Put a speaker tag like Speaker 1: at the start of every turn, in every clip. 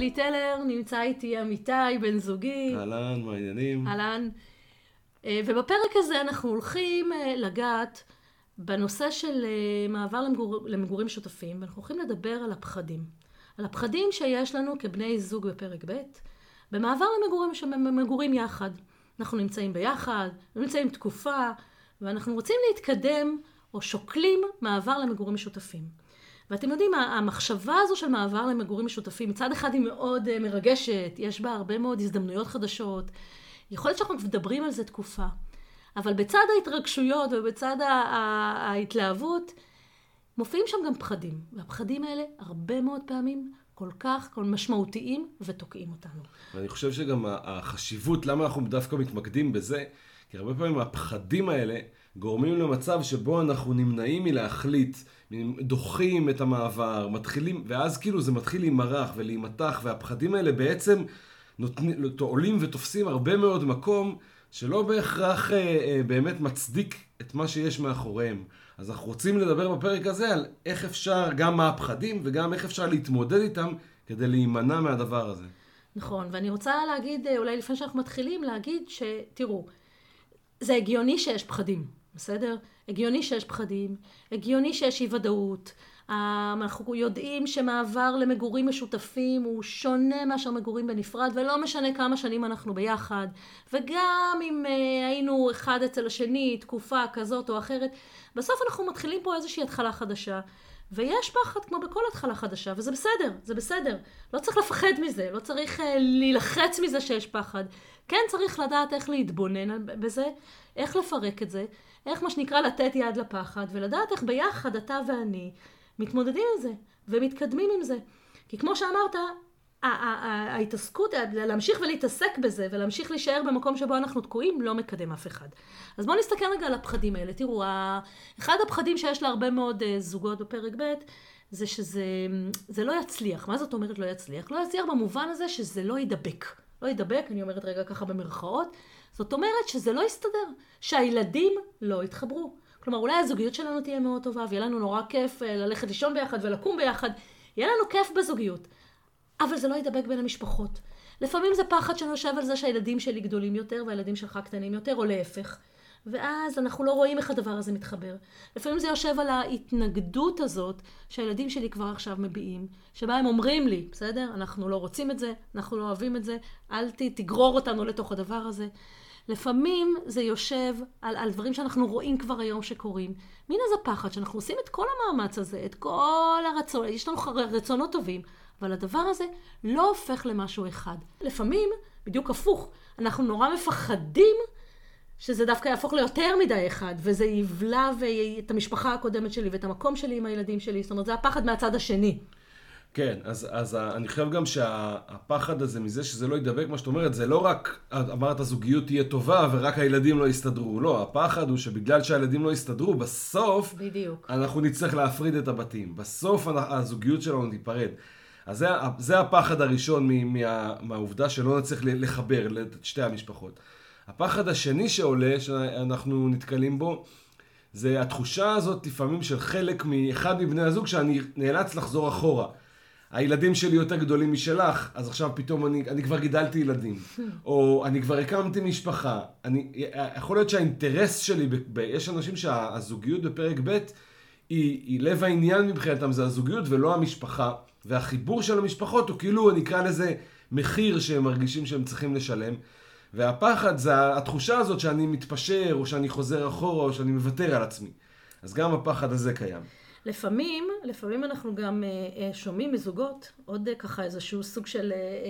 Speaker 1: נטלי טלר, נמצא איתי אמיתי, בן זוגי.
Speaker 2: אהלן, מה העניינים?
Speaker 1: אהלן. ובפרק הזה אנחנו הולכים לגעת בנושא של מעבר למגורים שותפים, ואנחנו הולכים לדבר על הפחדים. על הפחדים שיש לנו כבני זוג בפרק ב' במעבר למגורים יחד. אנחנו נמצאים ביחד, נמצאים תקופה, ואנחנו רוצים להתקדם או שוקלים מעבר למגורים משותפים. ואתם יודעים, המחשבה הזו של מעבר למגורים משותפים, מצד אחד היא מאוד מרגשת, יש בה הרבה מאוד הזדמנויות חדשות, יכול להיות שאנחנו מדברים על זה תקופה, אבל בצד ההתרגשויות ובצד ההתלהבות, מופיעים שם גם פחדים, והפחדים האלה הרבה מאוד פעמים כל כך משמעותיים ותוקעים אותנו.
Speaker 2: ואני חושב שגם החשיבות, למה אנחנו דווקא מתמקדים בזה, כי הרבה פעמים הפחדים האלה גורמים למצב שבו אנחנו נמנעים מלהחליט, דוחים את המעבר, מתחילים, ואז כאילו זה מתחיל להימרח ולהימתח, והפחדים האלה בעצם עולים ותופסים הרבה מאוד מקום, שלא בהכרח באמת מצדיק את מה שיש מאחוריהם. אז אנחנו רוצים לדבר בפרק הזה על איך אפשר, גם מה הפחדים וגם איך אפשר להתמודד איתם כדי להימנע מהדבר הזה.
Speaker 1: נכון, ואני רוצה להגיד, אולי לפני שאנחנו מתחילים, להגיד שתראו, זה הגיוני שיש פחדים, בסדר? הגיוני שיש פחדים, הגיוני שיש אי ודאות. אנחנו יודעים שמעבר למגורים משותפים הוא שונה מאשר מגורים בנפרד, ולא משנה כמה שנים אנחנו ביחד. וגם אם היינו אחד אצל השני, תקופה כזאת או אחרת, בסוף אנחנו מתחילים פה איזושהי התחלה חדשה. ויש פחד כמו בכל התחלה חדשה, וזה בסדר, זה בסדר. לא צריך לפחד מזה, לא צריך להילחץ מזה שיש פחד. כן צריך לדעת איך להתבונן בזה, איך לפרק את זה, איך מה שנקרא לתת יד לפחד, ולדעת איך ביחד אתה ואני מתמודדים עם זה, ומתקדמים עם זה. כי כמו שאמרת, ההתעסקות, להמשיך ולהתעסק בזה, ולהמשיך להישאר במקום שבו אנחנו תקועים, לא מקדם אף אחד. אז בואו נסתכל רגע על הפחדים האלה. תראו, אחד הפחדים שיש להרבה מאוד זוגות בפרק ב' זה שזה לא יצליח. מה זאת אומרת לא יצליח? לא יצליח במובן הזה שזה לא ידבק. לא ידבק, אני אומרת רגע ככה במרכאות. זאת אומרת שזה לא יסתדר, שהילדים לא יתחברו. כלומר, אולי הזוגיות שלנו תהיה מאוד טובה, ויהיה לנו נורא כיף ללכת לישון ביחד ולקום ביחד. יהיה לנו כיף בזוגיות. אבל זה לא ידבק בין המשפחות. לפעמים זה פחד שנושב על זה שהילדים שלי גדולים יותר, והילדים שלך קטנים יותר, או להפך. ואז אנחנו לא רואים איך הדבר הזה מתחבר. לפעמים זה יושב על ההתנגדות הזאת, שהילדים שלי כבר עכשיו מביעים, שבה הם אומרים לי, בסדר? אנחנו לא רוצים את זה, אנחנו לא אוהבים את זה, אל תגרור אותנו לתוך הדבר הזה. לפעמים זה יושב על דברים שאנחנו רואים כבר היום שקורים. מן איזה פחד שאנחנו עושים את כל המאמץ הזה, את כל הרצון, יש לנו רצונות טובים, אבל הדבר הזה לא הופך למשהו אחד. לפעמים, בדיוק הפוך, אנחנו נורא מפחדים שזה דווקא יהפוך ליותר מדי אחד, וזה יבלע את המשפחה הקודמת שלי ואת המקום שלי עם הילדים שלי. זאת אומרת, זה הפחד מהצד השני.
Speaker 2: כן, אז אני חושב גם שהפחד הזה מזה שזה לא ידבק, מה שאת אומרת, זה לא רק, אמרת, הזוגיות תהיה טובה ורק הילדים לא יסתדרו. לא, הפחד הוא שבגלל שהילדים לא יסתדרו, בסוף
Speaker 1: בדיוק.
Speaker 2: אנחנו נצטרך להפריד את הבתים. בסוף הזוגיות שלנו תיפרד. אז זה הפחד הראשון מהעובדה שלא נצטרך לחבר את שתי המשפחות. הפחד השני שעולה, שאנחנו נתקלים בו, זה התחושה הזאת לפעמים של חלק מאחד מבני הזוג שאני נאלץ לחזור אחורה. הילדים שלי יותר גדולים משלך, אז עכשיו פתאום אני כבר גידלתי ילדים. או אני כבר הקמתי משפחה. יכול להיות שהאינטרס שלי, יש אנשים שהזוגיות בפרק ב' היא לב העניין מבחינתם, זה הזוגיות ולא המשפחה. והחיבור של המשפחות הוא כאילו, אני אקרא לזה מחיר שהם מרגישים שהם צריכים לשלם. והפחד זה התחושה הזאת שאני מתפשר, או שאני חוזר אחורה, או שאני מוותר על עצמי. אז גם הפחד הזה קיים.
Speaker 1: לפעמים אנחנו גם שומעים מזוגות, עוד ככה איזשהו סוג של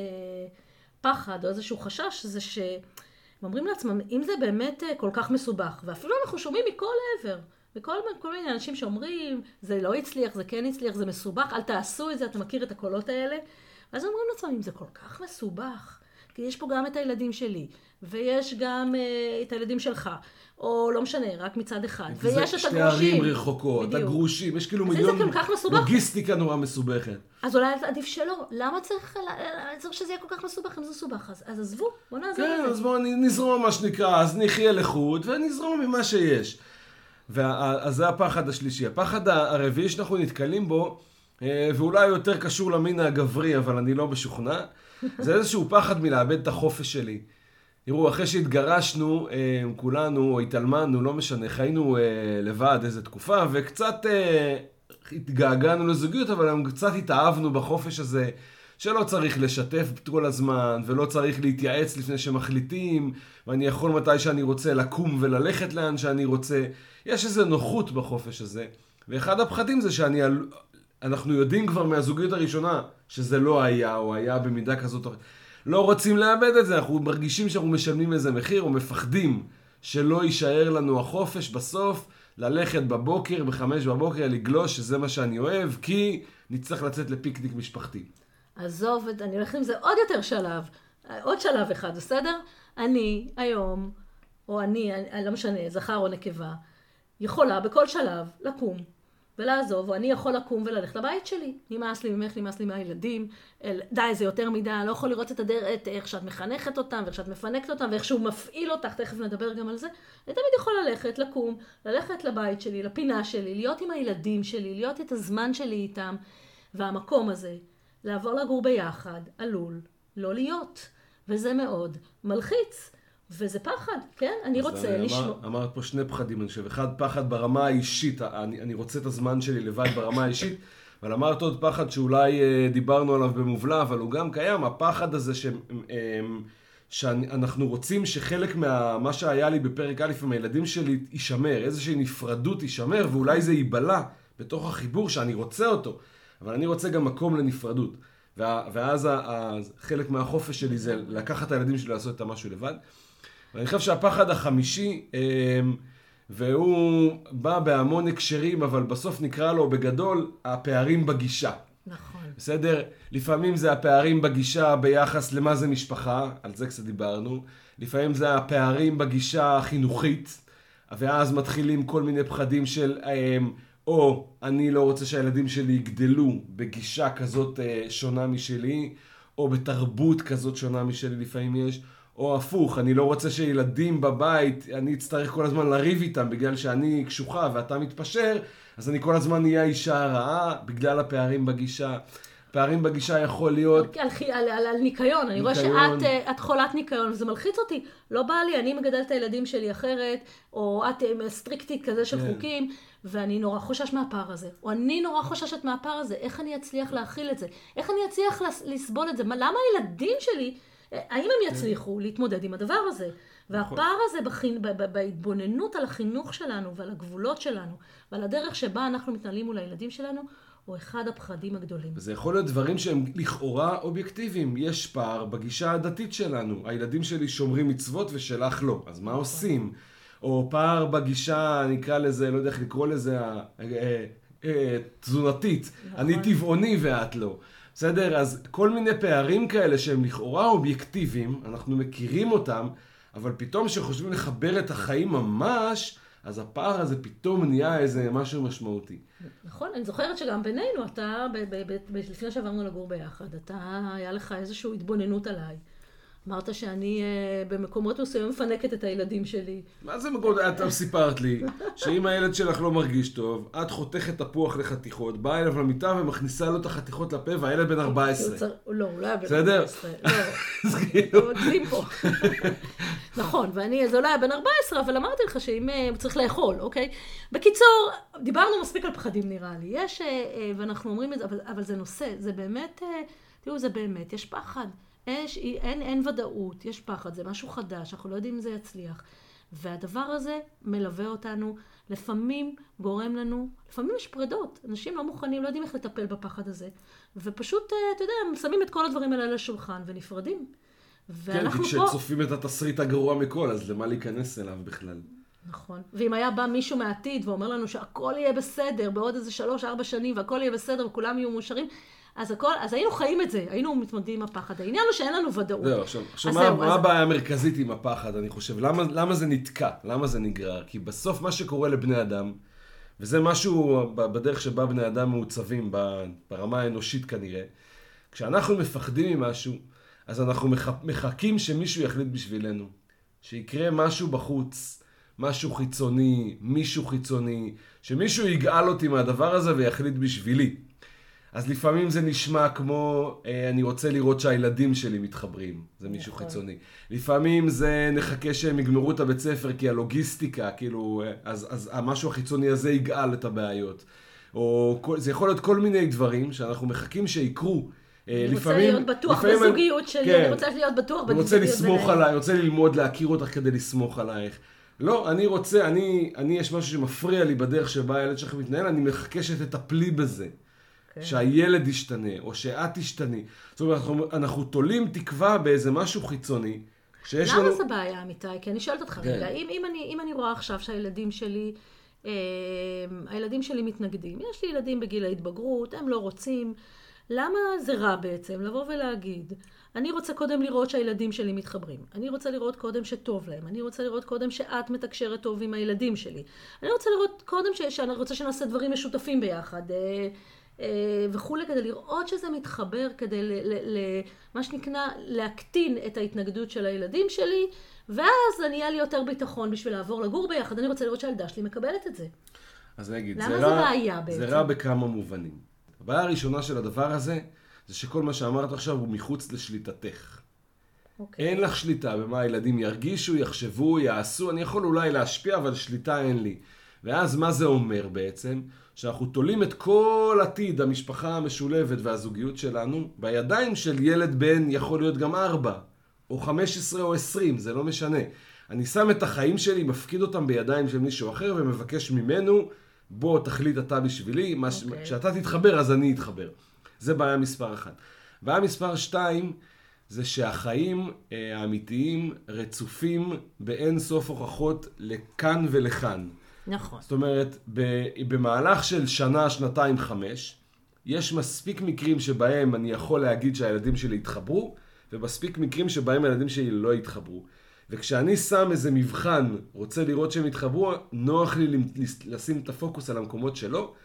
Speaker 1: פחד, או איזשהו חשש, זה שהם אומרים לעצמם, אם זה באמת כל כך מסובך, ואפילו אנחנו שומעים מכל עבר, וכל מיני אנשים שאומרים, זה לא יצליח, זה כן יצליח, זה מסובך, אל תעשו את זה, אתה מכיר את הקולות האלה. ואז אומרים לעצמם, אם זה כל כך מסובך, כי יש פה גם את הילדים שלי, ויש גם את הילדים שלך, או לא משנה, רק מצד אחד. ויש את הגרושים.
Speaker 2: שתי ערים רחוקות, הגרושים, יש כאילו מיליון לוגיסטיקה נורא מסובכת.
Speaker 1: אז אולי עדיף שלא. למה צריך שזה יהיה כל כך מסובך אם זה סובך? אז עזבו, בוא נעזור את זה.
Speaker 2: כן, אז בואו נזרום מה שנקרא, אז נחיה לחוד, ונזרום ממה שיש. אז זה הפחד השלישי. הפחד הרביעי שאנחנו נתקלים בו, ואולי יותר קשור למין הגברי, אבל אני לא משוכנע. זה איזשהו פחד מלאבד את החופש שלי. תראו, אחרי שהתגרשנו, כולנו, או התעלמנו, לא משנה, חיינו לבד איזו תקופה, וקצת התגעגענו לזוגיות, אבל גם קצת התאהבנו בחופש הזה, שלא צריך לשתף כל הזמן, ולא צריך להתייעץ לפני שמחליטים, ואני יכול מתי שאני רוצה לקום וללכת לאן שאני רוצה. יש איזו נוחות בחופש הזה, ואחד הפחדים זה אנחנו יודעים כבר מהזוגיות הראשונה, שזה לא היה, או היה במידה כזאת, לא רוצים לאבד את זה, אנחנו מרגישים שאנחנו משלמים איזה מחיר, או מפחדים שלא יישאר לנו החופש בסוף, ללכת בבוקר, ב5 בבוקר, לגלוש, שזה מה שאני אוהב, כי נצטרך לצאת לפיקניק משפחתי.
Speaker 1: עזוב, אני הולך עם זה עוד יותר שלב, עוד שלב אחד, בסדר? אני היום, או אני לא משנה, זכר או נקבה, יכולה בכל שלב לקום ולעזוב, או אני יכול לקום וללכת לבית שלי. נמאס לי ממך, נמאס לי מהילדים, די, זה יותר מדי, אני לא יכול לראות את איך שאת מחנכת אותם, ואיך שאת מפנקת אותם, ואיך שהוא מפעיל אותך, תכף נדבר גם על זה. אני תמיד יכול לקום, ללכת לבית שלי, לפינה שלי, להיות עם הילדים שלי, להיות את הזמן שלי איתם, והמקום הזה, לעבור לגור ביחד, עלול לא להיות, וזה מאוד מלחיץ. וזה פחד, כן? אני רוצה לשמור.
Speaker 2: אמרת פה שני פחדים, אני חושב. אחד, פחד ברמה האישית, אני רוצה את הזמן שלי לבד ברמה האישית, אבל אמרת עוד פחד שאולי דיברנו עליו במובלע, אבל הוא גם קיים, הפחד הזה שאנחנו רוצים שחלק מה שהיה לי בפרק א' עם הילדים שלי יישמר, איזושהי נפרדות יישמר, ואולי זה ייבלע בתוך החיבור שאני רוצה אותו, אבל אני רוצה גם מקום לנפרדות. ואז חלק מהחופש שלי זה לקחת את הילדים שלי לעשות את המשהו לבד. ואני חושב שהפחד החמישי, והוא בא בהמון הקשרים, אבל בסוף נקרא לו בגדול הפערים בגישה.
Speaker 1: נכון.
Speaker 2: בסדר? לפעמים זה הפערים בגישה ביחס למה זה משפחה, על זה קצת דיברנו. לפעמים זה הפערים בגישה החינוכית, ואז מתחילים כל מיני פחדים של, או אני לא רוצה שהילדים שלי יגדלו בגישה כזאת שונה משלי, או בתרבות כזאת שונה משלי לפעמים יש, או הפוך, אני לא רוצה שילדים בבית, אני אצטרך כל הזמן לריב איתם בגלל שאני קשוחה ואתה מתפשר, אז אני כל הזמן אהיה אישה רעה בגלל הפערים בגישה. פערים בגישה יכול להיות...
Speaker 1: על ניקיון, אני רואה שאת חולת ניקיון, וזה מלחיץ אותי. לא בא לי, אני מגדלת את הילדים שלי אחרת, או את סטריקטית כזה של חוקים, ואני נורא חושש מהפער הזה. או אני נורא חוששת מהפער הזה. איך אני אצליח להכיל את זה? איך אני אצליח לסבול את זה? למה הילדים שלי... האם הם יצליחו להתמודד עם הדבר הזה? והפער הזה בהתבוננות על החינוך שלנו ועל הגבולות שלנו ועל הדרך שבה אנחנו מתנהלים מול הילדים שלנו, הוא אחד הפחדים הגדולים.
Speaker 2: וזה יכול להיות דברים שהם לכאורה אובייקטיביים. יש פער בגישה הדתית שלנו. הילדים שלי שומרים מצוות ושלך לא. אז מה עושים? או פער בגישה, נקרא לזה, לא יודע איך לקרוא לזה, תזונתית. אני טבעוני ואת לא. בסדר? אז כל מיני פערים כאלה שהם לכאורה אובייקטיביים, אנחנו מכירים אותם, אבל פתאום שחושבים לחבר את החיים ממש, אז הפער הזה פתאום נהיה איזה משהו משמעותי.
Speaker 1: נכון, אני זוכרת שגם בינינו, אתה, לפני שעברנו לגור ביחד, היה לך איזושהי התבוננות עליי. אמרת שאני במקומות מסוים מפנקת את הילדים שלי.
Speaker 2: מה זה מקומות? אתה סיפרת לי שאם הילד שלך לא מרגיש טוב, את חותכת תפוח לחתיכות, באה אליו למיטה ומכניסה לו את החתיכות לפה, והילד בן 14.
Speaker 1: לא, הוא לא היה בן
Speaker 2: 14.
Speaker 1: בסדר? לא, מגזים פה. נכון, זה לא היה בן 14, אבל אמרתי לך שאם הוא צריך לאכול, אוקיי? בקיצור, דיברנו מספיק על פחדים נראה לי. יש, ואנחנו אומרים את זה, אבל זה נושא, זה באמת, תראו, זה באמת, יש פחד. אין ודאות, יש פחד, זה משהו חדש, אנחנו לא יודעים אם זה יצליח. והדבר הזה מלווה אותנו, לפעמים גורם לנו, לפעמים יש פרדות, אנשים לא מוכנים, לא יודעים איך לטפל בפחד הזה, ופשוט, אתה יודע, שמים את כל הדברים האלה לשולחן ונפרדים.
Speaker 2: כן, כי כשצופים את התסריט הגרוע מכל, אז למה להיכנס אליו בכלל?
Speaker 1: נכון. ואם היה בא מישהו מהעתיד ואומר לנו שהכל יהיה בסדר, בעוד איזה 3-4 שנים, והכל יהיה בסדר וכולם יהיו מאושרים, אז היינו חיים את זה, היינו מתמודדים עם הפחד. העניין הוא שאין לנו ודאות.
Speaker 2: עכשיו, מה הבעיה המרכזית עם הפחד, אני חושב? למה זה נתקע? למה זה נגרר? כי בסוף מה שקורה לבני אדם, וזה משהו בדרך שבה בני אדם מעוצבים, ברמה האנושית כנראה, כשאנחנו מפחדים ממשהו, אז אנחנו מחכים שמישהו יחליט בשבילנו. שיקרה משהו בחוץ, משהו חיצוני, מישהו חיצוני, שמישהו יגאל אותי מהדבר הזה ויחליט בשבילי. אז לפעמים זה נשמע כמו, אני רוצה לראות שהילדים שלי מתחברים, זה מישהו חיצוני. לפעמים זה נחכה שהם יגמרו את הבית ספר, כי הלוגיסטיקה, כאילו, אז המשהו החיצוני הזה יגאל את הבעיות. או זה יכול להיות כל מיני דברים שאנחנו מחכים שיקרו.
Speaker 1: אני רוצה להיות בטוח בזוגיות שלי, אני רוצה להיות בטוח בזוגיות.
Speaker 2: אני רוצה לסמוך עליי, אני רוצה ללמוד להכיר אותך כדי לסמוך עלייך. לא, יש משהו שמפריע לי בדרך שבה הילד שלך מתנהל, אני מחכה שתטפלי בזה. שהילד ישתנה, או שאת תשתני. זאת אומרת, אנחנו תולים תקווה באיזה משהו חיצוני.
Speaker 1: למה זה בעיה, אמיתי? כי אני שואלת אותך רגע, אם אני רואה עכשיו שהילדים שלי מתנגדים, יש לי ילדים בגיל ההתבגרות, הם לא רוצים, למה זה רע בעצם? לבוא ולהגיד, אני רוצה קודם לראות שהילדים שלי מתחברים, אני רוצה לראות קודם שטוב להם, אני רוצה לראות קודם שאת מתקשרת טוב עם הילדים שלי, אני רוצה לראות קודם שאני רוצה שנעשה דברים משותפים ביחד, וכו', כדי לראות שזה מתחבר, כדי מה שנקרא להקטין את ההתנגדות של הילדים שלי, ואז אני אהיה לי יותר ביטחון בשביל לעבור לגור ביחד, אני רוצה לראות שהילדה שלי מקבלת את זה.
Speaker 2: אז אני אגיד,
Speaker 1: למה זה בעיה בעצם?
Speaker 2: זה רע בכמה מובנים. הבעיה הראשונה של הדבר הזה, זה שכל מה שאמרת עכשיו הוא מחוץ לשליטתך. אין לך שליטה במה הילדים ירגישו, יחשבו, יעשו, אני יכול אולי להשפיע, אבל שליטה אין לי. ואז מה זה אומר בעצם? שאנחנו תולים את כל עתיד המשפחה המשולבת והזוגיות שלנו בידיים של ילד בן, יכול להיות גם 4, או 15 או 20, זה לא משנה. אני שם את החיים שלי, מפקיד אותם בידיים של מישהו אחר ומבקש ממנו, בוא תחליט אתה בשבילי, כשאתה תתחבר אז אני אתחבר. זה בעיה מספר 1. בעיה מספר 2 זה שהחיים האמיתיים רצופים באין סוף הוכחות לכאן ולכאן.
Speaker 1: נכון.
Speaker 2: זאת אומרת, במהלך של שנה, שנתיים, 5, יש מספיק מקרים שבהם אני יכול להגיד שהילדים שלי יתחברו, ומספיק מקרים שבהם הילדים שלי לא יתחברו. וכשאני שם איזה מבחן, רוצה לראות שהם יתחברו, נוח לי לשים את הפוקוס על המקומות שלו,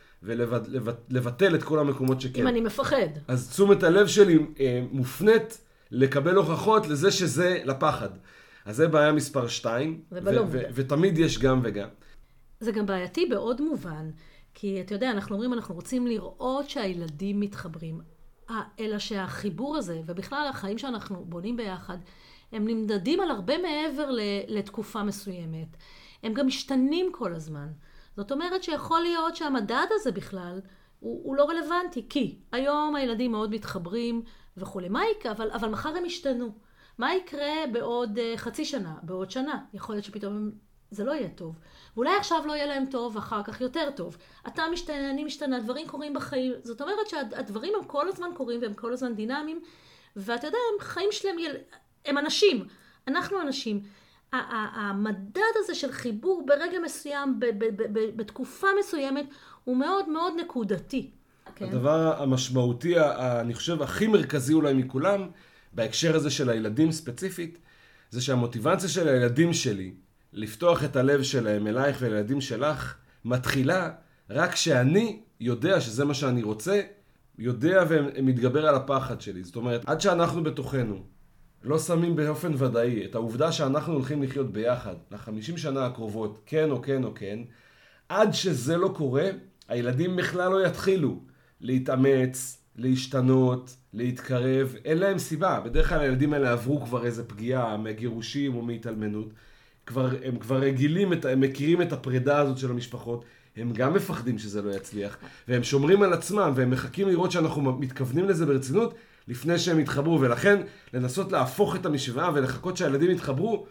Speaker 2: ולבטל את כל המקומות שכן.
Speaker 1: אם אני מפחד.
Speaker 2: אז תשומת הלב שלי מופנית לקבל הוכחות לזה שזה לפחד. אז זה בעיה מספר 2, ותמיד יש גם וגם.
Speaker 1: זה גם בעייתי בעוד מובן, כי אתה יודע, אנחנו אומרים, אנחנו רוצים לראות שהילדים מתחברים, אלא שהחיבור הזה, ובכלל החיים שאנחנו בונים ביחד, הם נמדדים על הרבה מעבר לתקופה מסוימת. הם גם משתנים כל הזמן. זאת אומרת שיכול להיות שהמדד הזה בכלל הוא לא רלוונטי, כי היום הילדים מאוד מתחברים וכו'. מה יקרה? אבל מחר הם ישתנו. מה יקרה בעוד חצי שנה, בעוד שנה? יכול להיות שפתאום זה לא יהיה טוב. ואולי עכשיו לא יהיה להם טוב, ואחר כך יותר טוב. אתה משתנה, אני משתנה, דברים קורים בחיים. זאת אומרת שהדברים הם כל הזמן קורים, והם כל הזמן דינמיים, ואתה יודע, הם חיים שלהם, הם אנשים. אנחנו אנשים. המדד הזה של חיבור ברגע מסוים, בתקופה מסוימת, הוא מאוד מאוד נקודתי.
Speaker 2: הדבר המשמעותי, אני חושב, הכי מרכזי אולי מכולם, בהקשר הזה של הילדים ספציפית, זה שהמוטיבציה של הילדים שלי, לפתוח את הלב שלהם אלייך ולילדים שלך, מתחילה רק שאני יודע שזה מה שאני רוצה, יודע ומתגבר על הפחד שלי. זאת אומרת, עד שאנחנו בתוכנו לא שמים באופן ודאי את העובדה שאנחנו הולכים לחיות ביחד ל-50 שנה הקרובות, כן או כן או כן, עד שזה לא קורה, הילדים בכלל לא יתחילו להתאמץ, להשתנות, להתקרב, אין להם סיבה. בדרך כלל הילדים האלה עברו כבר איזה פגיעה מגירושים או מהתאלמנות, הם כבר רגילים, הם מכירים את הפרידה הזאת של המשפחות, הם גם מפחדים שזה לא יצליח, והם שומרים על עצמם, והם מחכים לראות שאנחנו מתכוונים לזה ברצינות, לפני שהם יתחברו, ולכן לנסות להפוך את המשוואה ולחכות שהילדים יתחברו,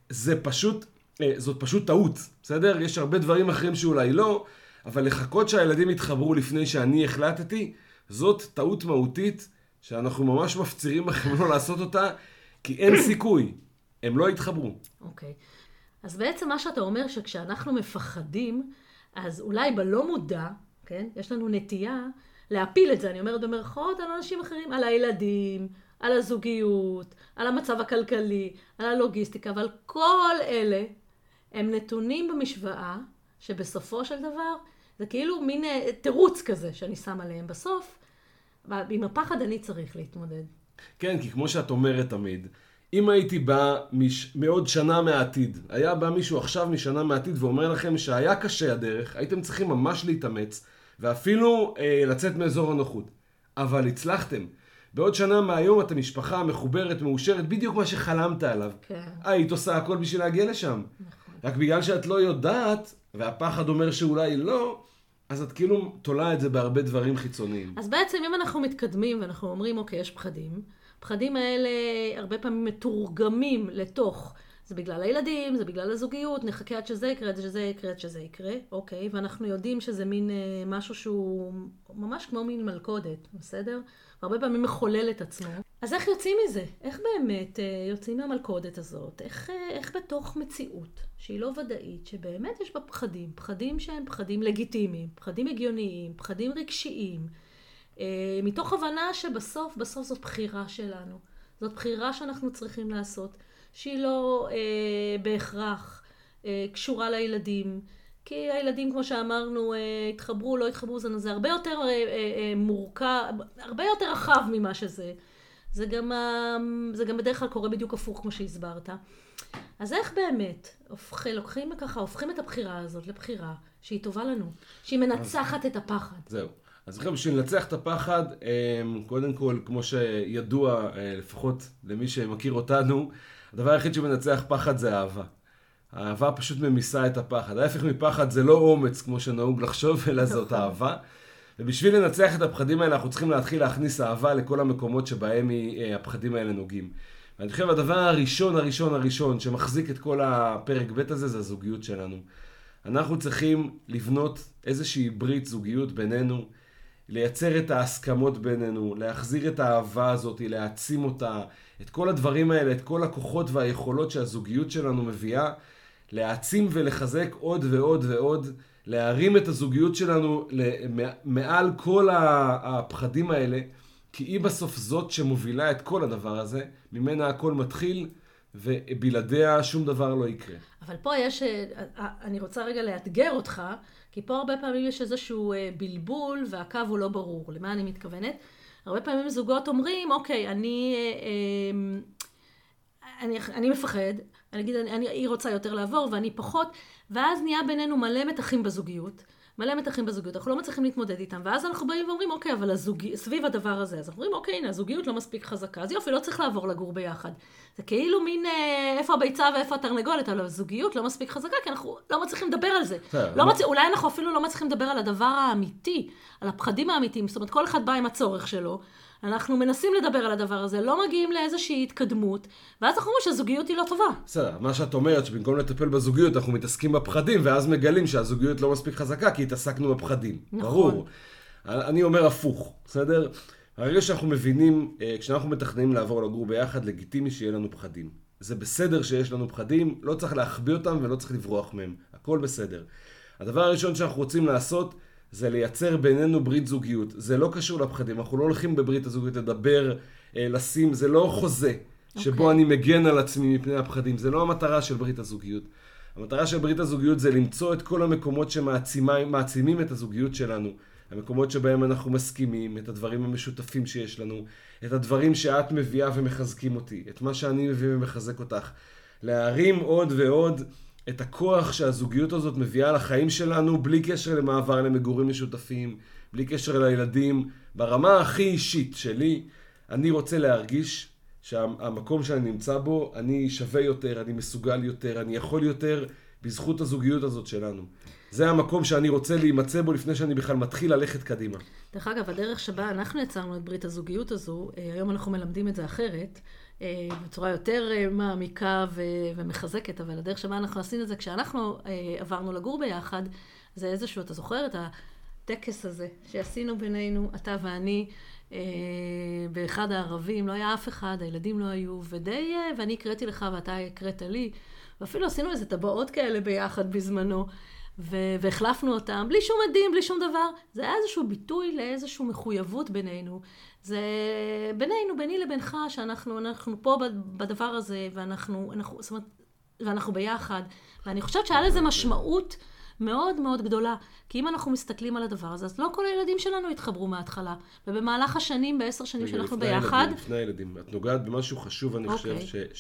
Speaker 2: זאת פשוט טעות, בסדר? יש הרבה דברים אחרים שאולי לא, אבל לחכות שהילדים יתחברו לפני שאני החלטתי, זאת טעות מהותית, שאנחנו ממש מפצירים בכם לא לעשות אותה, כי אין סיכוי, הם לא יתחברו.
Speaker 1: אוקיי. אז בעצם מה שאתה אומר, שכשאנחנו מפחדים, אז אולי בלא מודע, כן? יש לנו נטייה להפיל את זה, אני אומרת במרכאות, על אנשים אחרים, על הילדים, על הזוגיות, על המצב הכלכלי, על הלוגיסטיקה, אבל כל אלה הם נתונים במשוואה, שבסופו של דבר, זה כאילו מין תירוץ כזה שאני שם עליהם בסוף, ועם הפחד אני צריך להתמודד.
Speaker 2: כן, כי כמו שאת אומרת תמיד, אם הייתי בא מעוד שנה מהעתיד, היה בא מישהו עכשיו משנה מהעתיד ואומר לכם שהיה קשה הדרך, הייתם צריכים ממש להתאמץ, ואפילו לצאת מאזור הנוחות. אבל הצלחתם. בעוד שנה מהיום אתם משפחה מחוברת, מאושרת, בדיוק מה שחלמת עליו.
Speaker 1: כן.
Speaker 2: היית עושה הכל בשביל להגיע לשם.
Speaker 1: נכון.
Speaker 2: רק בגלל שאת לא יודעת, והפחד אומר שאולי לא, אז את כאילו תולה את זה בהרבה דברים חיצוניים.
Speaker 1: אז בעצם אם אנחנו מתקדמים ואנחנו אומרים, אוקיי, יש פחדים, הפחדים האלה הרבה פעמים מתורגמים לתוך, זה בגלל הילדים, זה בגלל הזוגיות, נחכה עד שזה יקרה, עד שזה יקרה, עד שזה יקרה, אוקיי, ואנחנו יודעים שזה מין משהו שהוא ממש כמו מין מלכודת, בסדר? והרבה פעמים מחולל את עצמו. אז איך יוצאים מזה? איך באמת יוצאים מהמלכודת הזאת? איך בתוך מציאות שהיא לא ודאית, שבאמת יש בה פחדים, פחדים שהם פחדים לגיטימיים, פחדים הגיוניים, פחדים רגשיים, מתוך הבנה שבסוף זאת בחירה שלנו. זאת בחירה שאנחנו צריכים לעשות, שהיא לא בהכרח קשורה לילדים, כי הילדים, כמו שאמרנו, התחברו, לא התחברו, זה הרבה יותר מורכב, הרבה יותר רחב ממה שזה. זה גם בדרך כלל קורה בדיוק הפוך, כמו שהסברת. אז איך באמת הופכים את הבחירה הזאת לבחירה שהיא טובה לנו, שהיא מנצחת את הפחד?
Speaker 2: זהו. אז בשביל לנצח את הפחד, קודם כל, כמו שידוע, לפחות למי שמכיר אותנו, הדבר היחיד שמנצח פחד זה אהבה. האהבה פשוט ממיסה את הפחד. ההפך מפחד זה לא אומץ, כמו שנהוג לחשוב, אלא זאת אהבה. ובשביל לנצח את הפחדים האלה, אנחנו צריכים להתחיל להכניס אהבה לכל המקומות שבהם הפחדים האלה נוגעים. ואני חושב, הדבר הראשון שמחזיק את כל הפרק ב' הזה, זה הזוגיות שלנו. אנחנו צריכים לבנות איזושהי ברית זוגיות בינינו, לייצר את ההסכמות בינינו, להחזיר את האהבה הזאת, להעצים אותה, את כל הדברים האלה, את כל הכוחות והיכולות שהזוגיות שלנו מביאה, להעצים ולחזק עוד ועוד ועוד, להרים את הזוגיות שלנו מעל כל הפחדים האלה, כי היא בסוף זאת שמובילה את כל הדבר הזה, ממנה הכל מתחיל, ובלעדיה שום דבר לא יקרה.
Speaker 1: אבל פה אני רוצה רגע לאתגר אותך, כי פה הרבה פעמים יש איזשהו בלבול, והקו הוא לא ברור. למה אני מתכוונת? הרבה פעמים זוגות אומרים, אוקיי, אני מפחד, היא רוצה יותר לעבור ואני פחות, ואז נהיה בינינו מלא מתחים בזוגיות, אנחנו לא מצליחים להתמודד איתם, ואז אנחנו באים ואומרים, אוקיי, אבל סביב הדבר הזה, אז אנחנו אומרים, אוקיי, הנה, הזוגיות לא מספיק חזקה, אז יופי, לא צריך לעבור לגור ביחד. זה כאילו מין, איפה הביצה ואיפה התרנגולת, אבל הזוגיות לא מספיק חזקה, כי אנחנו לא מצליחים לדבר על זה. אולי אנחנו אפילו לא מצליחים לדבר על הדבר האמיתי, על הפחדים האמיתיים, זאת אומרת, כל אחד בא עם הצורך שלו, אנחנו מנסים לדבר על הדבר הזה, לא מגיעים לאיזושהי התקדמות, ואז אנחנו אומרים שהזוגיות היא לא טובה.
Speaker 2: בסדר, מה שאת אומרת, שבמקום לטפל בזוגיות, אנחנו מתעסקים בפחדים, ואז מגלים שהזוגיות לא מספיק חזקה, כי התעסקנו בפחדים.
Speaker 1: נכון.
Speaker 2: ברור. אני אומר הפוך, בסדר? הרגע שאנחנו מבינים, כשאנחנו מתכננים לעבור לגור ביחד, לגיטימי שיהיה לנו פחדים. זה בסדר שיש לנו פחדים, לא צריך להחביא אותם ולא צריך לברוח מהם. הכל בסדר. הדבר הראשון שאנחנו רוצים לעשות, זה לייצר בינינו ברית זוגיות. זה לא קשור לפחדים, אנחנו לא הולכים בברית הזוגיות לדבר, לשים, זה לא חוזה שבו אני מגן על עצמי מפני הפחדים. זה לא המטרה של ברית הזוגיות. המטרה של ברית הזוגיות זה למצוא את כל המקומות שמעצימים את הזוגיות שלנו. המקומות שבהם אנחנו מסכימים, את הדברים המשותפים שיש לנו, את הדברים שאת מביאה ומחזקים אותי, את מה שאני מביא ומחזק אותך. להרים עוד ועוד את הכוח שהזוגיות הזאת מביאה לחיים שלנו, בלי קשר למעבר למגורים משותפים, בלי קשר לילדים. ברמה הכי אישית שלי, אני רוצה להרגיש שהמקום שאני נמצא בו, אני שווה יותר, אני מסוגל יותר, אני יכול יותר, בזכות הזוגיות הזאת שלנו. זה המקום שאני רוצה להימצא בו לפני שאני בכלל מתחיל ללכת קדימה.
Speaker 1: דרך אגב, הדרך שבה אנחנו יצרנו את ברית הזוגיות הזו, היום אנחנו מלמדים את זה אחרת, בצורה יותר מעמיקה ומחזקת, אבל הדרך שבה אנחנו עשינו את זה, כשאנחנו עברנו לגור ביחד, זה איזשהו, אתה זוכר את הטקס הזה שעשינו בינינו, אתה ואני, באחד הערבים, לא היה אף אחד, הילדים לא היו, ואני הקראתי לך ואתה הקראת לי, ואפילו עשינו איזה טבעות כאלה ביחד בזמנו, והחלפנו אותם, בלי שום עדים, בלי שום דבר. זה היה איזשהו ביטוי לאיזשהו מחויבות בינינו. זה בינינו, ביני לבינך, שאנחנו פה בדבר הזה, ואנחנו ביחד. ואני חושבת שהיה לזה משמעות מאוד מאוד גדולה. כי אם אנחנו מסתכלים על הדבר הזה, אז לא כל הילדים שלנו התחברו מההתחלה. ובמהלך השנים, ב10 שנים שאנחנו ביחד...
Speaker 2: לפני הילדים. את נוגעת במשהו חשוב, אני חושב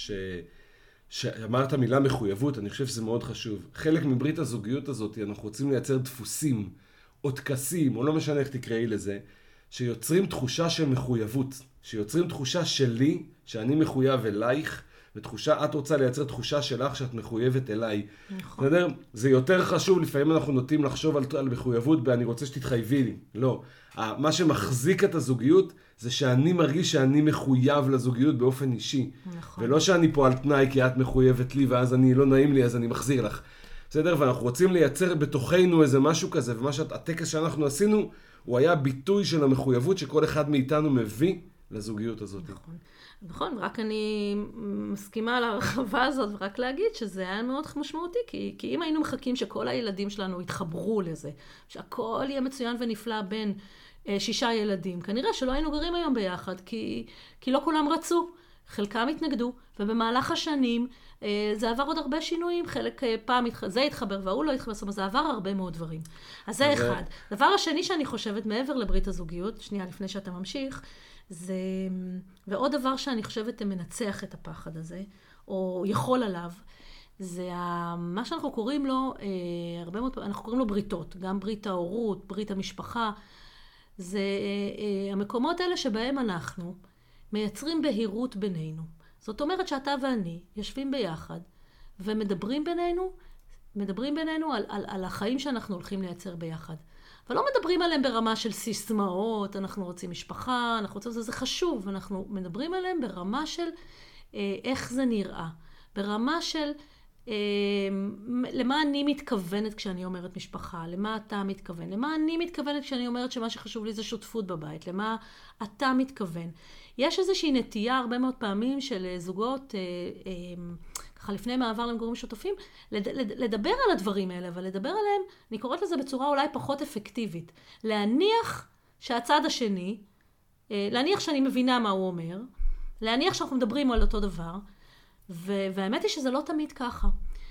Speaker 2: שאמרת מילה מחויבות, אני חושב שזה מאוד חשוב. חלק מברית הזוגיות הזאת, אנחנו רוצים לייצר דפוסים, או תקסים, או לא משנה איך תקראי לזה, שיוצרים תחושה של מחויבות, שיוצרים תחושה שלי, שאני מחויב אלייך, ותחושה, את רוצה לייצר תחושה שלך שאת מחויבת אליי.
Speaker 1: נכון.
Speaker 2: בסדר? זה יותר חשוב, לפעמים אנחנו נוטים לחשוב על מחויבות, אני רוצה שתתחייבי לי. לא. מה שמחזיק את הזוגיות, זה שאני מרגיש שאני מחויב לזוגיות באופן אישי.
Speaker 1: נכון.
Speaker 2: ולא שאני פה על תנאי כי את מחויבת לי, ואז אני לא נעים לי, אז אני מחזיר לך. בסדר? ואנחנו רוצים לייצר בתוכנו איזה משהו כזה, ומה שהטקס שאנחנו עשינו, הוא היה ביטוי של המחויבות שכל אחד מאיתנו מביא לזוגיות הזאת.
Speaker 1: נכון. נכון, רק אני מסכימה על הרחבה הזאת, ורק להגיד שזה היה מאוד משמעותי, כי אם היינו מחכים שכל הילדים שלנו יתחברו לזה, שהכל יהיה מצוין ונפלא בין 6 ילדים, כנראה שלא היינו גרים היום ביחד, כי לא כולם רצו, חלקם התנגדו, ובמהלך השנים זה עבר עוד הרבה שינויים, חלק פעם זה התחבר והוא לא התחבר, זאת אומרת, זה עבר הרבה מאוד דברים. אז זה אחד. דבר השני שאני חושבת מעבר לברית הזוגיות, שנייה לפני שאתה ממשיך, זה, ועוד דבר שאני חושבת מנצח את הפחד הזה, או יכול עליו, זה מה שאנחנו קוראים לו, הרבה מאוד, אנחנו קוראים לו בריתות, גם ברית ההורות, ברית המשפחה, זה המקומות האלה שבהם אנחנו מייצרים בהירות בינינו. זאת אומרת שאתה ואני יושבים ביחד ומדברים בינינו על החיים שאנחנו הולכים לייצר ביחד. ולא מדברים עליהם ברמה של סיסמאות, אנחנו רוצים משפחה, אנחנו רוצים, זה חשוב, אנחנו מדברים עליהם ברמה של איך זה נראה, ברמה של למה אני מתכוונת כשאני אומרת משפחה, למה אתה מתכוון, למה אני מתכוונת כשאני אומרת שמה שחשוב לי זה שותפות בבית, למה אתה מתכוון. יש איזושהי נטייה הרבה מאוד פעמים של זוגות, ככה לפני מעבר למגורים שותפים, לדבר על הדברים האלה, אבל לדבר עליהם, אני קוראת לזה בצורה אולי פחות אפקטיבית. להניח שהצד השני, להניח שאני מבינה מה הוא אומר, להניח שאנחנו מדברים על אותו דבר, והאמת היא שזה לא תמיד ככה.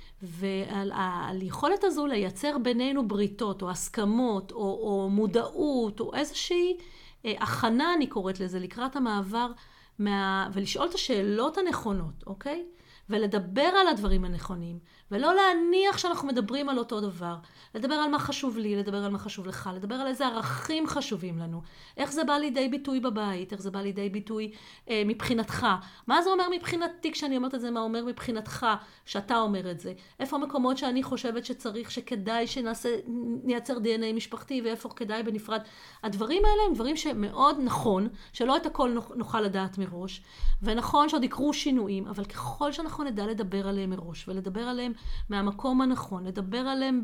Speaker 1: ועל יכולת הזו לייצר בינינו בריתות, או הסכמות, או מודעות, או איזושהי הכנה, אני קוראת לזה, לקראת המעבר, ולשאול את השאלות הנכונות, אוקיי? ולדבר על הדברים הנכונים, ולא להניח שאנחנו מדברים על אותו דבר, לדבר על מה חשוב לי, לדבר על מה חשוב לך, לדבר על איזה ערכים חשובים לנו, איך זה בא לידי ביטוי בבית, איך זה בא לידי ביטוי מבחינתך, מה זה אומר מבחינתי כשאני אומרת את זה, מה אומר מבחינתך שאתה אומר את זה, איפה המקומות שאני חושבת שצריך, שכדאי נייצר DNA משפחתי, ואיפה כדאי בנפרד. הדברים האלה הם דברים שמאוד נכון, שלא את הכל נוכל לדעת מראש, ונכון שעוד יקרו שינויים, אבל ככל שאנחנו נדע לדבר עליהם מראש, ולדבר עליהם מהמקום הנכון, לדבר עליהם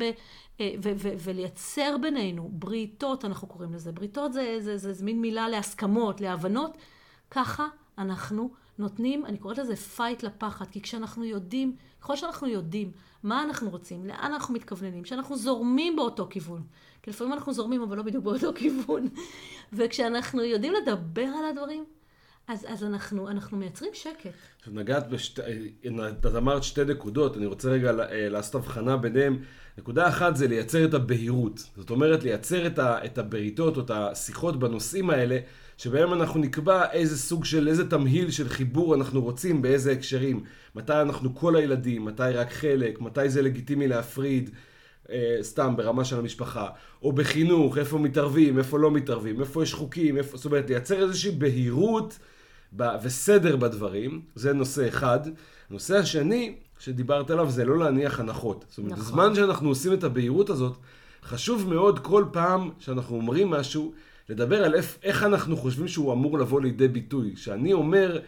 Speaker 1: ולייצר בינינו בריתות, אנחנו קוראים לזה. בריתות זה מין מילה להסכמות, להבנות. ככה אנחנו נותנים, אני קוראת לזה פייט לפחד, כי כשאנחנו יודעים, ככל שאנחנו יודעים מה אנחנו רוצים, לאן אנחנו מתכווננים, שאנחנו זורמים באותו כיוון, כי לפעמים אנחנו זורמים אבל לא בדיוק באותו כיוון, וכשאנחנו יודעים לדבר על הדברים, אז אנחנו מייצרים שקט.
Speaker 2: נגעת את אמרת 2 נקודות, אני רוצה רגע לעשות הבחנה ביניהם. נקודה אחת זה לייצר את הבהירות. זאת אומרת, לייצר את הבריתות או את השיחות בנושאים האלה, שבהם אנחנו נקבע איזה סוג של, איזה תמהיל של חיבור אנחנו רוצים, באיזה הקשרים. מתי אנחנו כל הילדים, מתי רק חלק, מתי זה לגיטימי להפריד, סתם ברמה של המשפחה. או בחינוך, איפה מתערבים, איפה לא מתערבים, איפה יש חוקים, זאת אומרת, לייצר איזושהי בהירות וסדר בדברים, זה נושא אחד. הנושא השני שדיברת עליו זה לא להניח הנחות. זאת אומרת, בזמן שאנחנו עושים את הבהירות הזאת, חשוב מאוד כל פעם שאנחנו אומרים משהו, לדבר על איך אנחנו חושבים שהוא אמור לבוא לידי ביטוי. שאני אומר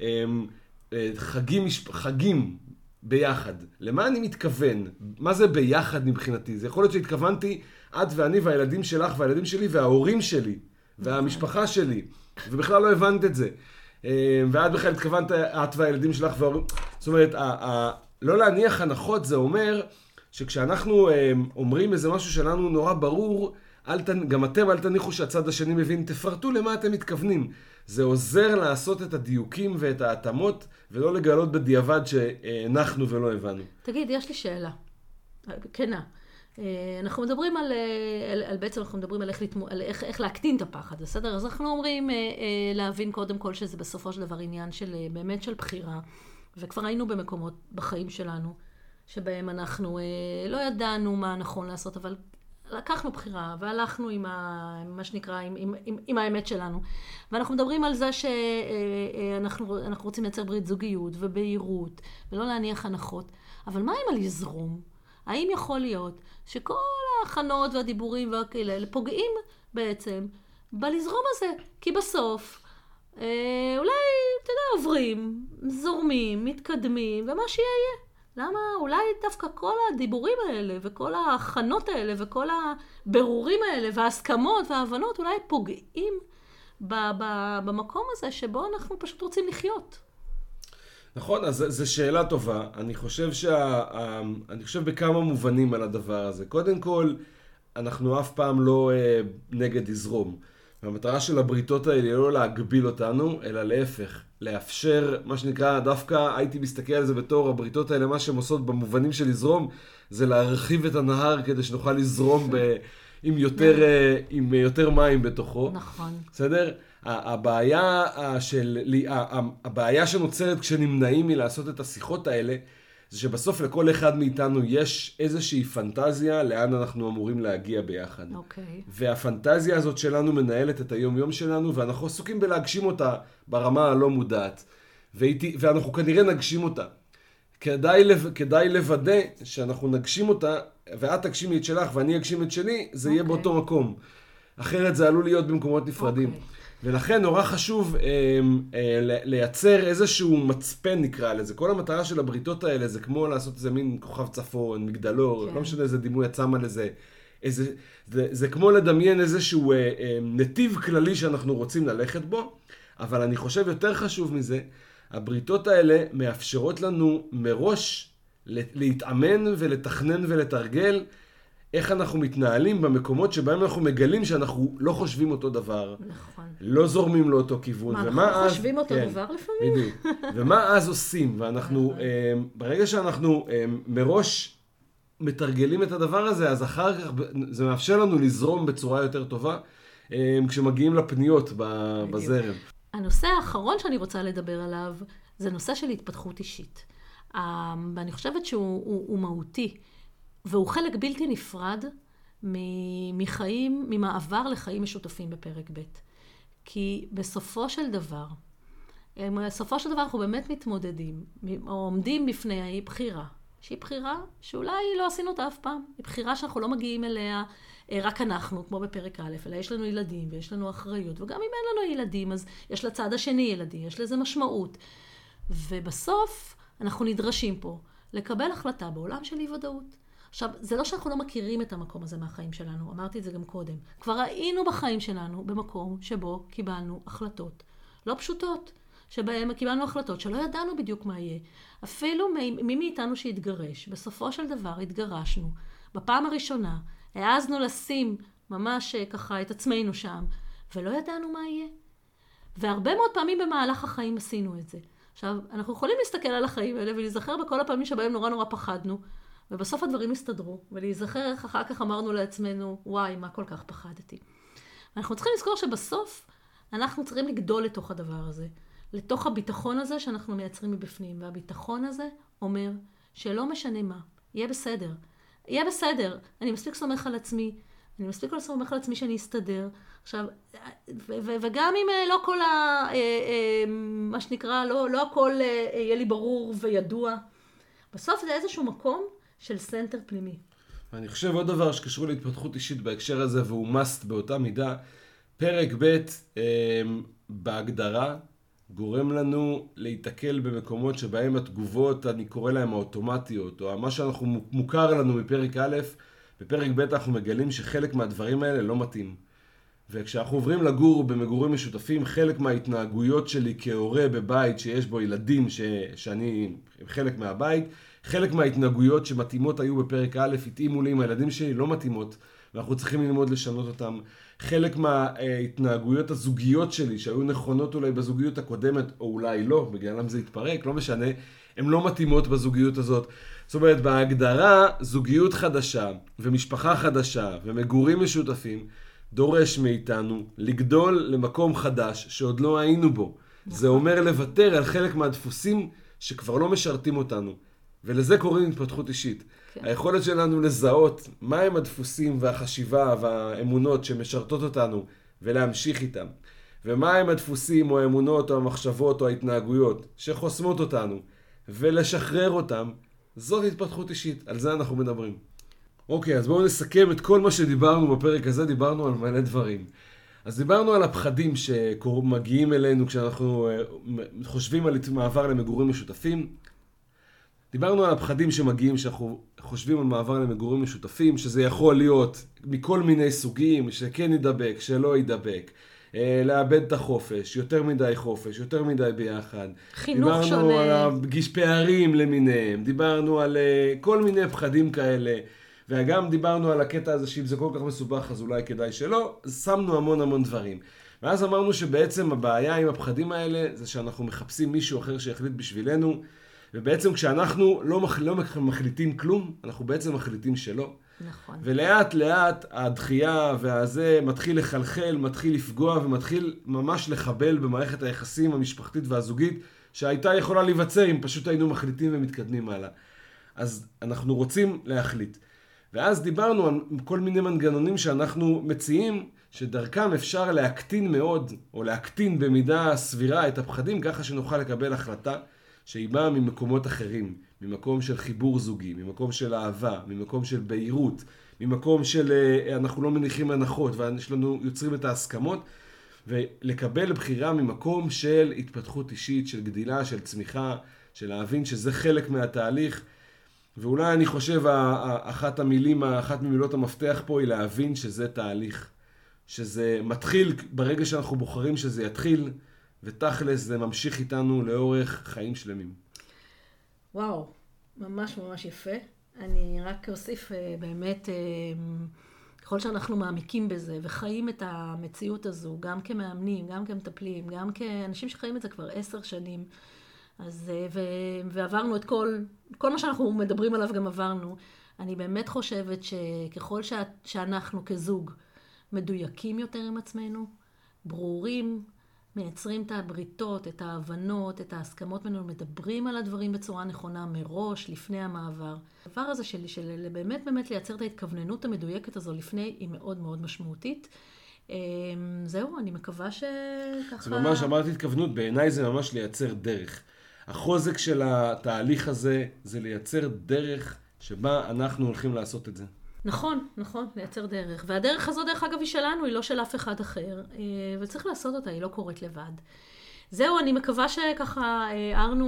Speaker 2: חגים ביחד, למה אני מתכוון? מה זה ביחד מבחינתי? זה יכול להיות שהתכוונתי את ואני והילדים שלך והילדים שלי וההורים שלי והמשפחה שלי, ובכלל לא הבנת את זה. ואת בכלל התכוונת את והילדים שלך וההורים. זאת אומרת, לא להניח הנחות זה אומר שכשאנחנו אומרים איזה משהו שלנו נורא ברור, גם אתם אל תניחו שהצד השני מבין, תפרטו למה אתם מתכוונים. זה עוזר לעשות את הדיוקים ואת ההתאמות, ולא לגלות בדיעבד שהנחנו ולא הבנו.
Speaker 1: תגיד, יש לי שאלה. כנה. אנחנו מדברים בעצם אנחנו מדברים על איך להקטין את הפחד, בסדר? אז אנחנו אומרים להבין קודם כל שזה בסופו של דבר עניין של באמת של בחירה, וכבר היינו במקומות בחיים שלנו, שבהם אנחנו לא ידענו מה נכון לעשות, אבל לקחנו בחירה והלכנו מה שנקרא, עם האמת שלנו. ואנחנו מדברים על זה שאנחנו רוצים לייצר ברית זוגיות ובהירות, ולא להניח הנחות. אבל מה עם הלזרום? האם יכול להיות שכל ההכנות והדיבורים והכאלה פוגעים בעצם בלזרום הזה? כי בסוף, אולי, אתה יודע, עוברים, זורמים, מתקדמים, ומה שיהיה. למה? אולי דווקא כל הדיבורים האלה, וכל ההכנות האלה, וכל הבירורים האלה, וההסכמות וההבנות, אולי פוגעים במקום הזה שבו אנחנו פשוט רוצים לחיות.
Speaker 2: נכון, אז זו שאלה טובה. אני חושב בכמה מובנים על הדבר הזה. קודם כל, אנחנו אף פעם לא נגד לזרום. והמטרה של הבריתות האלה היא לא להגביל אותנו, אלא להפך, לאפשר, מה שנקרא, דווקא הייתי מסתכל על זה בתור הבריתות האלה, מה שהן עושות במובנים של לזרום, זה להרחיב את הנהר כדי שנוכל לזרום עם יותר מים בתוכו.
Speaker 1: נכון.
Speaker 2: בסדר? הבעיה שנוצרת כשנמנעים מלעשות את השיחות האלה, זה שבסוף לכל אחד מאיתנו יש איזושהי פנטזיה לאן אנחנו אמורים להגיע ביחד.
Speaker 1: אוקיי.
Speaker 2: והפנטזיה הזאת שלנו מנהלת את היום-יום שלנו, ואנחנו עסוקים בלהגשים אותה ברמה הלא מודעת. ואנחנו כנראה נגשים אותה. כדאי לוודא שאנחנו נגשים אותה, ואת תגשימי את שלך ואני אגשים את שלי, זה יהיה באותו מקום. אחרת זה עלול להיות במקומות נפרדים. ולכן נורא חשוב לייצר איזשהו מצפן, נקרא לזה. כל המטרה של הבריתות האלה זה כמו לעשות איזה מין כוכב צפון, מגדלור, לא משנה איזה דימוי עצם על איזה... זה כמו לדמיין איזשהו נתיב כללי שאנחנו רוצים ללכת בו, אבל אני חושב יותר חשוב מזה, הבריתות האלה מאפשרות לנו מראש להתאמן ולתכנן ולתרגל איך אנחנו מתנהלים במקומות שבהם אנחנו מגלים שאנחנו לא חושבים אותו דבר.
Speaker 1: נכון.
Speaker 2: לא זורמים לאותו כיוון.
Speaker 1: מה, אנחנו חושבים אותו דבר לפעמים?
Speaker 2: בדיוק. ומה אז עושים? ואנחנו, ברגע שאנחנו מראש מתרגלים את הדבר הזה, אז אחר כך זה מאפשר לנו לזרום בצורה יותר טובה, כשמגיעים לפניות בזרם.
Speaker 1: הנושא האחרון שאני רוצה לדבר עליו, זה נושא של התפתחות אישית. ואני חושבת שהוא מהותי. והוא חלק בלתי נפרד ממעבר לחיים משותפים בפרק ב'. כי בסופו של דבר אנחנו באמת מתמודדים, או עומדים בפני בחירה, שהיא בחירה שאולי לא עשינו אותה אף פעם. היא בחירה שאנחנו לא מגיעים אליה רק אנחנו, כמו בפרק א', אלא יש לנו ילדים ויש לנו אחריות, וגם אם אין לנו ילדים, אז יש לצד השני ילדים, יש לזה משמעות. ובסוף אנחנו נדרשים פה לקבל החלטה בעולם של אי ודאות. עכשיו, זה לא שאנחנו לא מכירים את המקום הזה מהחיים שלנו, אמרתי את זה גם קודם. כבר היינו בחיים שלנו במקום שבו קיבלנו החלטות לא פשוטות, שבהם קיבלנו החלטות שלא ידענו בדיוק מה יהיה. אפילו מי מאיתנו שהתגרש, בסופו של דבר התגרשנו. בפעם הראשונה העזנו לשים ממש ככה את עצמנו שם, ולא ידענו מה יהיה. והרבה מאוד פעמים במהלך החיים עשינו את זה. עכשיו, אנחנו יכולים להסתכל על החיים האלה ולהיזכר בכל הפעמים שבהם נורא פחדנו, ובסוף הדברים הסתדרו, ולהיזכר איך אחר כך אמרנו לעצמנו, וואי, מה כל כך פחדתי. אנחנו צריכים לזכור שבסוף אנחנו צריכים לגדול לתוך הדבר הזה, לתוך הביטחון הזה שאנחנו מייצרים מבפנים, והביטחון הזה אומר שלא משנה מה, יהיה בסדר. יהיה בסדר, אני מספיק סומך על עצמי, אני מספיק סומך על עצמי שאני אסתדר. עכשיו, וגם אם לא כל מה שנקרא, לא הכל יהיה לי ברור וידוע, בסוף זה איזשהו מקום של סנטר פנימי.
Speaker 2: אני חושב עוד דבר שקשור להתפתחות אישית בהקשר הזה, והוא must באותה מידה, פרק ב' בהגדרה גורם לנו להתקל במקומות שבהם התגובות, אני קורא להם האוטומטיות, או מה שאנחנו מוכר לנו מפרק א', בפרק ב' אנחנו מגלים שחלק מהדברים האלה לא מתאים. וכשאנחנו עוברים לגור במגורים משותפים, חלק מההתנהגויות שלי כהורה בבית שיש בו ילדים שאני חלק מהבית, חלק מההתנהגויות שמתאימות היו בפרק א', התאימו לי עם הילדים שלי, לא מתאימות, ואנחנו צריכים ללמוד לשנות אותם. חלק מההתנהגויות הזוגיות שלי, שהיו נכונות אולי בזוגיות הקודמת, או אולי לא, בגללם זה התפרק, לא משנה, הן לא מתאימות בזוגיות הזאת. זאת אומרת, בהגדרה, זוגיות חדשה, ומשפחה חדשה, ומגורים משותפים, דורש מאיתנו לגדול למקום חדש שעוד לא היינו בו. זה אומר לוותר על חלק מהדפוסים שכבר לא משרתים אותנו. ולזה קוראים התפתחות אישית. היכולת שלנו לזהות מהם הדפוסים והחשיבה והאמונות שמשרתות אותנו ולהמשיך איתם. ומהם הדפוסים או האמונות או המחשבות או ההתנהגויות שחוסמות אותנו ולשחרר אותם, זאת התפתחות אישית. על זה אנחנו מדברים. אוקיי, אז בואו נסכם את כל מה שדיברנו בפרק הזה. דיברנו על מלא דברים. אז דיברנו על הפחדים שמגיעים אלינו כשאנחנו חושבים על מעבר למגורים משותפים. דיברנו על הפחדים שמגיעים כשאנחנו חושבים על מעבר למגורים משותפים, שזה יכול להיות מכל מיני סוגים, שכן ידבק, שלא ידבק, לאבד את החופש, יותר מדי חופש, יותר מדי ביחד.
Speaker 1: חינוך שונה.
Speaker 2: דיברנו על פערים למיניהם, דיברנו על כל מיני פחדים כאלה, וגם דיברנו על הקטע הזה שאם זה כל כך מסובך אז אולי כדאי שלא, שמנו המון דברים. ואז אמרנו שבעצם הבעיה עם הפחדים האלה זה שאנחנו מחפשים מישהו אחר שיחליט בשבילנו, ובעצם כשאנחנו לא מחליטים כלום, אנחנו בעצם מחליטים שלא.
Speaker 1: נכון.
Speaker 2: ולאט לאט הדחייה והזה מתחיל לחלחל, מתחיל לפגוע ומתחיל ממש לחבל במערכת היחסים המשפחתית והזוגית שהייתה יכולה להיווצר אם פשוט היינו מחליטים ומתקדמים הלאה. אז אנחנו רוצים להחליט. ואז דיברנו על כל מיני מנגנונים שאנחנו מציעים, שדרכם אפשר להקטין מאוד, או להקטין במידה סבירה את הפחדים, ככה שנוכל לקבל החלטה שהיא באה ממקומות אחרים, ממקום של חיבור זוגי, ממקום של אהבה, ממקום של בהירות, ממקום של אנחנו לא מניחים הנחות, ואנחנו יוצרים את ההסכמות, ולקבל בחירה ממקום של התפתחות אישית, של גדילה, של צמיחה, של להבין שזה חלק מהתהליך, ואולי אני חושב אחת ממילות המפתח פה היא להבין שזה תהליך, שזה מתחיל ברגע שאנחנו בוחרים שזה יתחיל, ותכלס זה ממשיך איתנו לאורך חיים שלמים.
Speaker 1: וואו, ממש יפה. אני רק אוסיף באמת, ככל שאנחנו מעמיקים בזה וחיים את המציאות הזו, גם כמאמנים, גם כמטפלים, גם כאנשים שחיים את זה כבר 10 שנים, אז, ועברנו את כל מה שאנחנו מדברים עליו גם עברנו. אני באמת חושבת שככל שאנחנו כזוג מדויקים יותר עם עצמנו, ברורים, מייצרים את הבריתות, את ההבנות, את ההסכמות בינינו, מדברים על הדברים בצורה נכונה מראש, לפני המעבר. הדבר הזה של באמת לייצר את ההתכווננות המדויקת הזו לפני היא מאוד משמעותית. זהו, אני מקווה שככה...
Speaker 2: זה ממש אמרתי התכוונות, בעיניי זה ממש לייצר דרך. החוזק של התהליך הזה זה לייצר דרך שבה אנחנו הולכים לעשות את זה.
Speaker 1: נכון, לייצר דרך. והדרך הזו, דרך אגב, היא שלנו, היא לא של אף אחד אחר, וצריך לעשות אותה, היא לא קורית לבד. זהו, אני מקווה שככה הרחבנו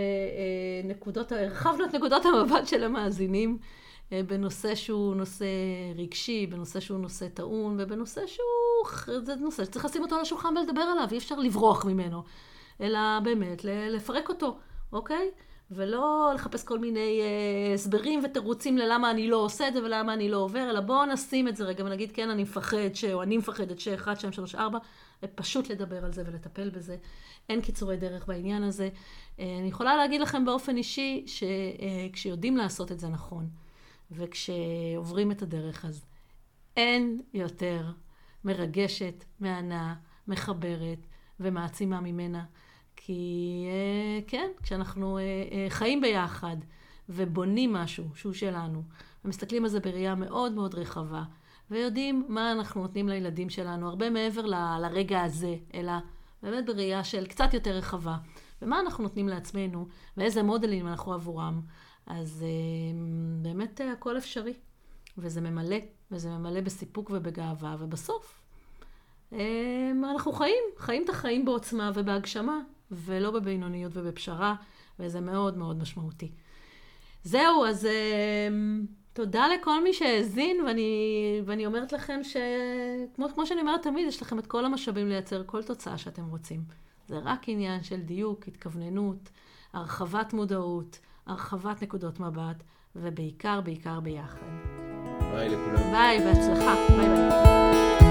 Speaker 1: את נקודות המבט של המאזינים, בנושא שהוא נושא רגשי, בנושא שהוא נושא טעון, ובנושא זה נושא שצריך לשים אותו על השולחן ולדבר עליו, אי אפשר לברוח ממנו, אלא באמת לפרק אותו, אוקיי? ולא לחפש כל מיני הסברים ותירוצים ללמה אני לא עושה את זה ולמה אני לא עובר, אלא בואו נשים את זה רגע ונגיד, כן, אני מפחד או אני מפחדת 1, 2, 3, 4, פשוט לדבר על זה ולטפל בזה. אין קיצורי דרך בעניין הזה. אני יכולה להגיד לכם באופן אישי שכשיודעים לעשות את זה נכון, וכשעוברים את הדרך, אז אין יותר מרגשת, מענה, מחברת ומעצימה ממנה. כי כן, כשאנחנו חיים ביחד ובונים משהו שהוא שלנו, ומסתכלים על זה בראייה מאוד רחבה, ויודעים מה אנחנו נותנים לילדים שלנו, הרבה מעבר לרגע הזה, אלא באמת בראייה של קצת יותר רחבה, ומה אנחנו נותנים לעצמנו, ואיזה מודלים אנחנו עבורם, אז באמת הכל אפשרי, וזה ממלא בסיפוק ובגאווה, ובסוף אנחנו חיים את החיים בעוצמה ובהגשמה, ולא בבינוניות ובפשרה, וזה מאוד משמעותי. זהו, אז תודה לכל מי שהאזין, ואני אומרת לכם כמו שאני אומרת תמיד, יש לכם את כל המשאבים לייצר כל תוצאה שאתם רוצים. זה רק עניין של דיוק, התכווננות, הרחבת מודעות, הרחבת נקודות מבט, ובעיקר ביחד.
Speaker 2: ביי לכולם.
Speaker 1: ביי, בהצלחה. ביי.